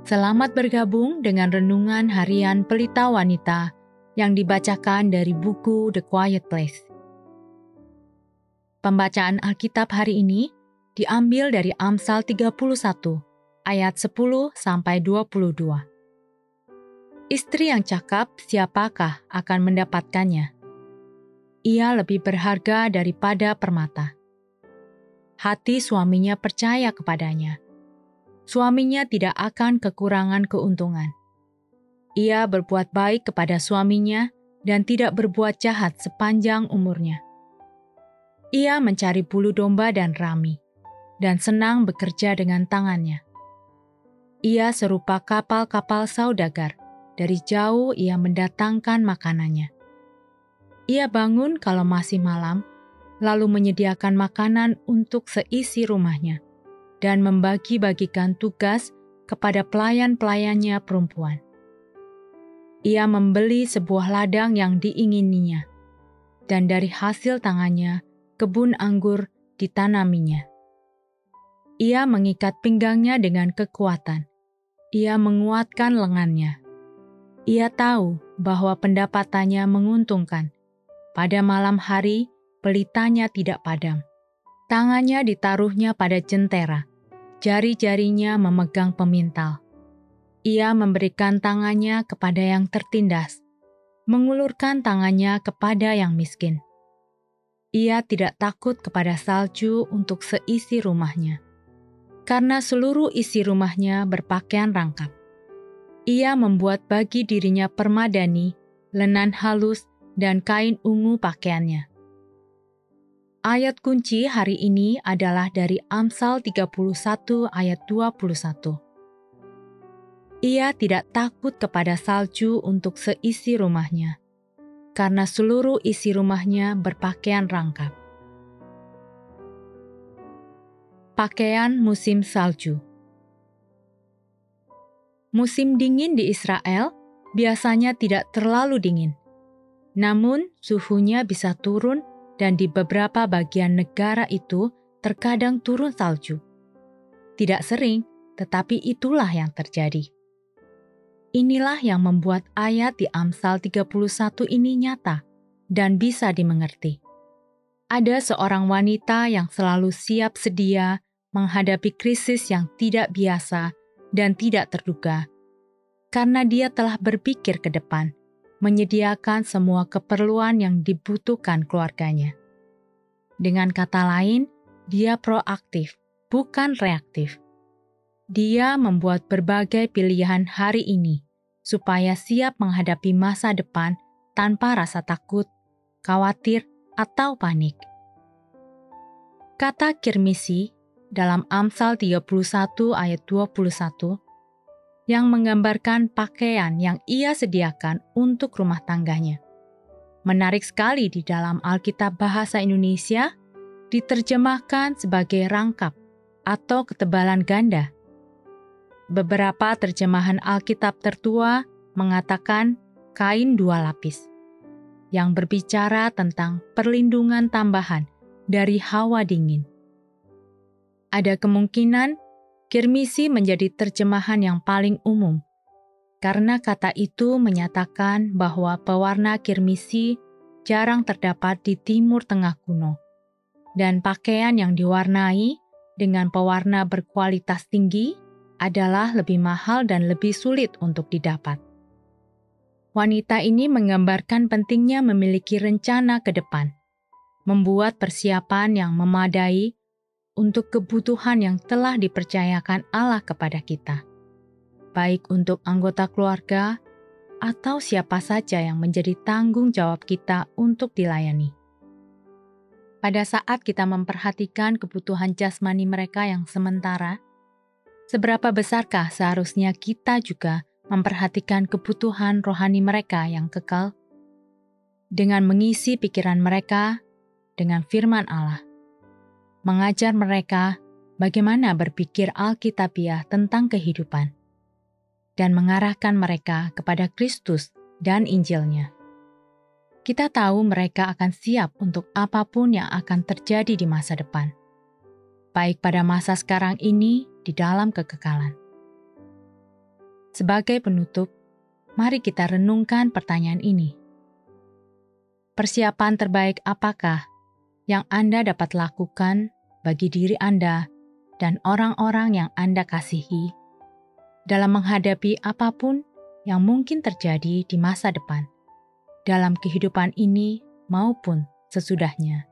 Selamat bergabung dengan Renungan Harian Pelita Wanita yang dibacakan dari buku The Quiet Place. Pembacaan Alkitab hari ini diambil dari Amsal 31 ayat 10-22. Istri yang cakap, siapakah akan mendapatkannya? Ia lebih berharga daripada permata. Hati suaminya percaya kepadanya. Suaminya tidak akan kekurangan keuntungan. Ia berbuat baik kepada suaminya dan tidak berbuat jahat sepanjang umurnya. Ia mencari bulu domba dan rami, dan senang bekerja dengan tangannya. Ia serupa kapal-kapal saudagar, dari jauh ia mendatangkan makanannya. Ia bangun kalau masih malam, lalu menyediakan makanan untuk seisi rumahnya, dan membagi-bagikan tugas kepada pelayan-pelayannya perempuan. Ia membeli sebuah ladang yang diingininya, dan dari hasil tangannya, kebun anggur ditanaminya. Ia mengikat pinggangnya dengan kekuatan. Ia menguatkan lengannya. Ia tahu bahwa pendapatannya menguntungkan. Pada malam hari, pelitanya tidak padam. Tangannya ditaruhnya pada jentera, jari-jarinya memegang pemintal. Ia memberikan tangannya kepada yang tertindas, mengulurkan tangannya kepada yang miskin. Ia tidak takut kepada salju untuk seisi rumahnya, karena seluruh isi rumahnya berpakaian rangkap. Ia membuat bagi dirinya permadani, lenan halus, dan kain ungu pakaiannya. Ayat kunci hari ini adalah dari Amsal 31 ayat 21. Ia tidak takut kepada salju untuk seisi rumahnya, karena seluruh isi rumahnya berpakaian rangkap. Pakaian musim salju. Musim dingin di Israel biasanya tidak terlalu dingin, namun suhunya bisa turun dan di beberapa bagian negara itu terkadang turun salju. Tidak sering, tetapi itulah yang terjadi. Inilah yang membuat ayat di Amsal 31 ini nyata dan bisa dimengerti. Ada seorang wanita yang selalu siap sedia menghadapi krisis yang tidak biasa dan tidak terduga, karena dia telah berpikir ke depan, menyediakan semua keperluan yang dibutuhkan keluarganya. Dengan kata lain, dia proaktif, bukan reaktif. Dia membuat berbagai pilihan hari ini supaya siap menghadapi masa depan tanpa rasa takut, khawatir, atau panik. Kata kirmisi dalam Amsal 31 ayat 21 yang menggambarkan pakaian yang ia sediakan untuk rumah tangganya. Menarik sekali di dalam Alkitab Bahasa Indonesia, diterjemahkan sebagai rangkap atau ketebalan ganda. Beberapa terjemahan Alkitab tertua mengatakan kain 2 lapis, yang berbicara tentang perlindungan tambahan dari hawa dingin. Ada kemungkinan kirmisi menjadi terjemahan yang paling umum, karena kata itu menyatakan bahwa pewarna kirmisi jarang terdapat di Timur Tengah kuno, dan pakaian yang diwarnai dengan pewarna berkualitas tinggi adalah lebih mahal dan lebih sulit untuk didapat. Wanita ini menggambarkan pentingnya memiliki rencana ke depan, membuat persiapan yang memadai untuk kebutuhan yang telah dipercayakan Allah kepada kita, baik untuk anggota keluarga atau siapa saja yang menjadi tanggung jawab kita untuk dilayani. Pada saat kita memperhatikan kebutuhan jasmani mereka yang sementara, seberapa besarkah seharusnya kita juga memperhatikan kebutuhan rohani mereka yang kekal? Dengan mengisi pikiran mereka dengan firman Allah, mengajar mereka bagaimana berpikir Alkitabiah tentang kehidupan, dan mengarahkan mereka kepada Kristus dan Injilnya. Kita tahu mereka akan siap untuk apapun yang akan terjadi di masa depan, baik pada masa sekarang ini di dalam kekekalan. Sebagai penutup, mari kita renungkan pertanyaan ini. Persiapan terbaik apakah yang Anda dapat lakukan bagi diri Anda dan orang-orang yang Anda kasihi dalam menghadapi apapun yang mungkin terjadi di masa depan, dalam kehidupan ini maupun sesudahnya?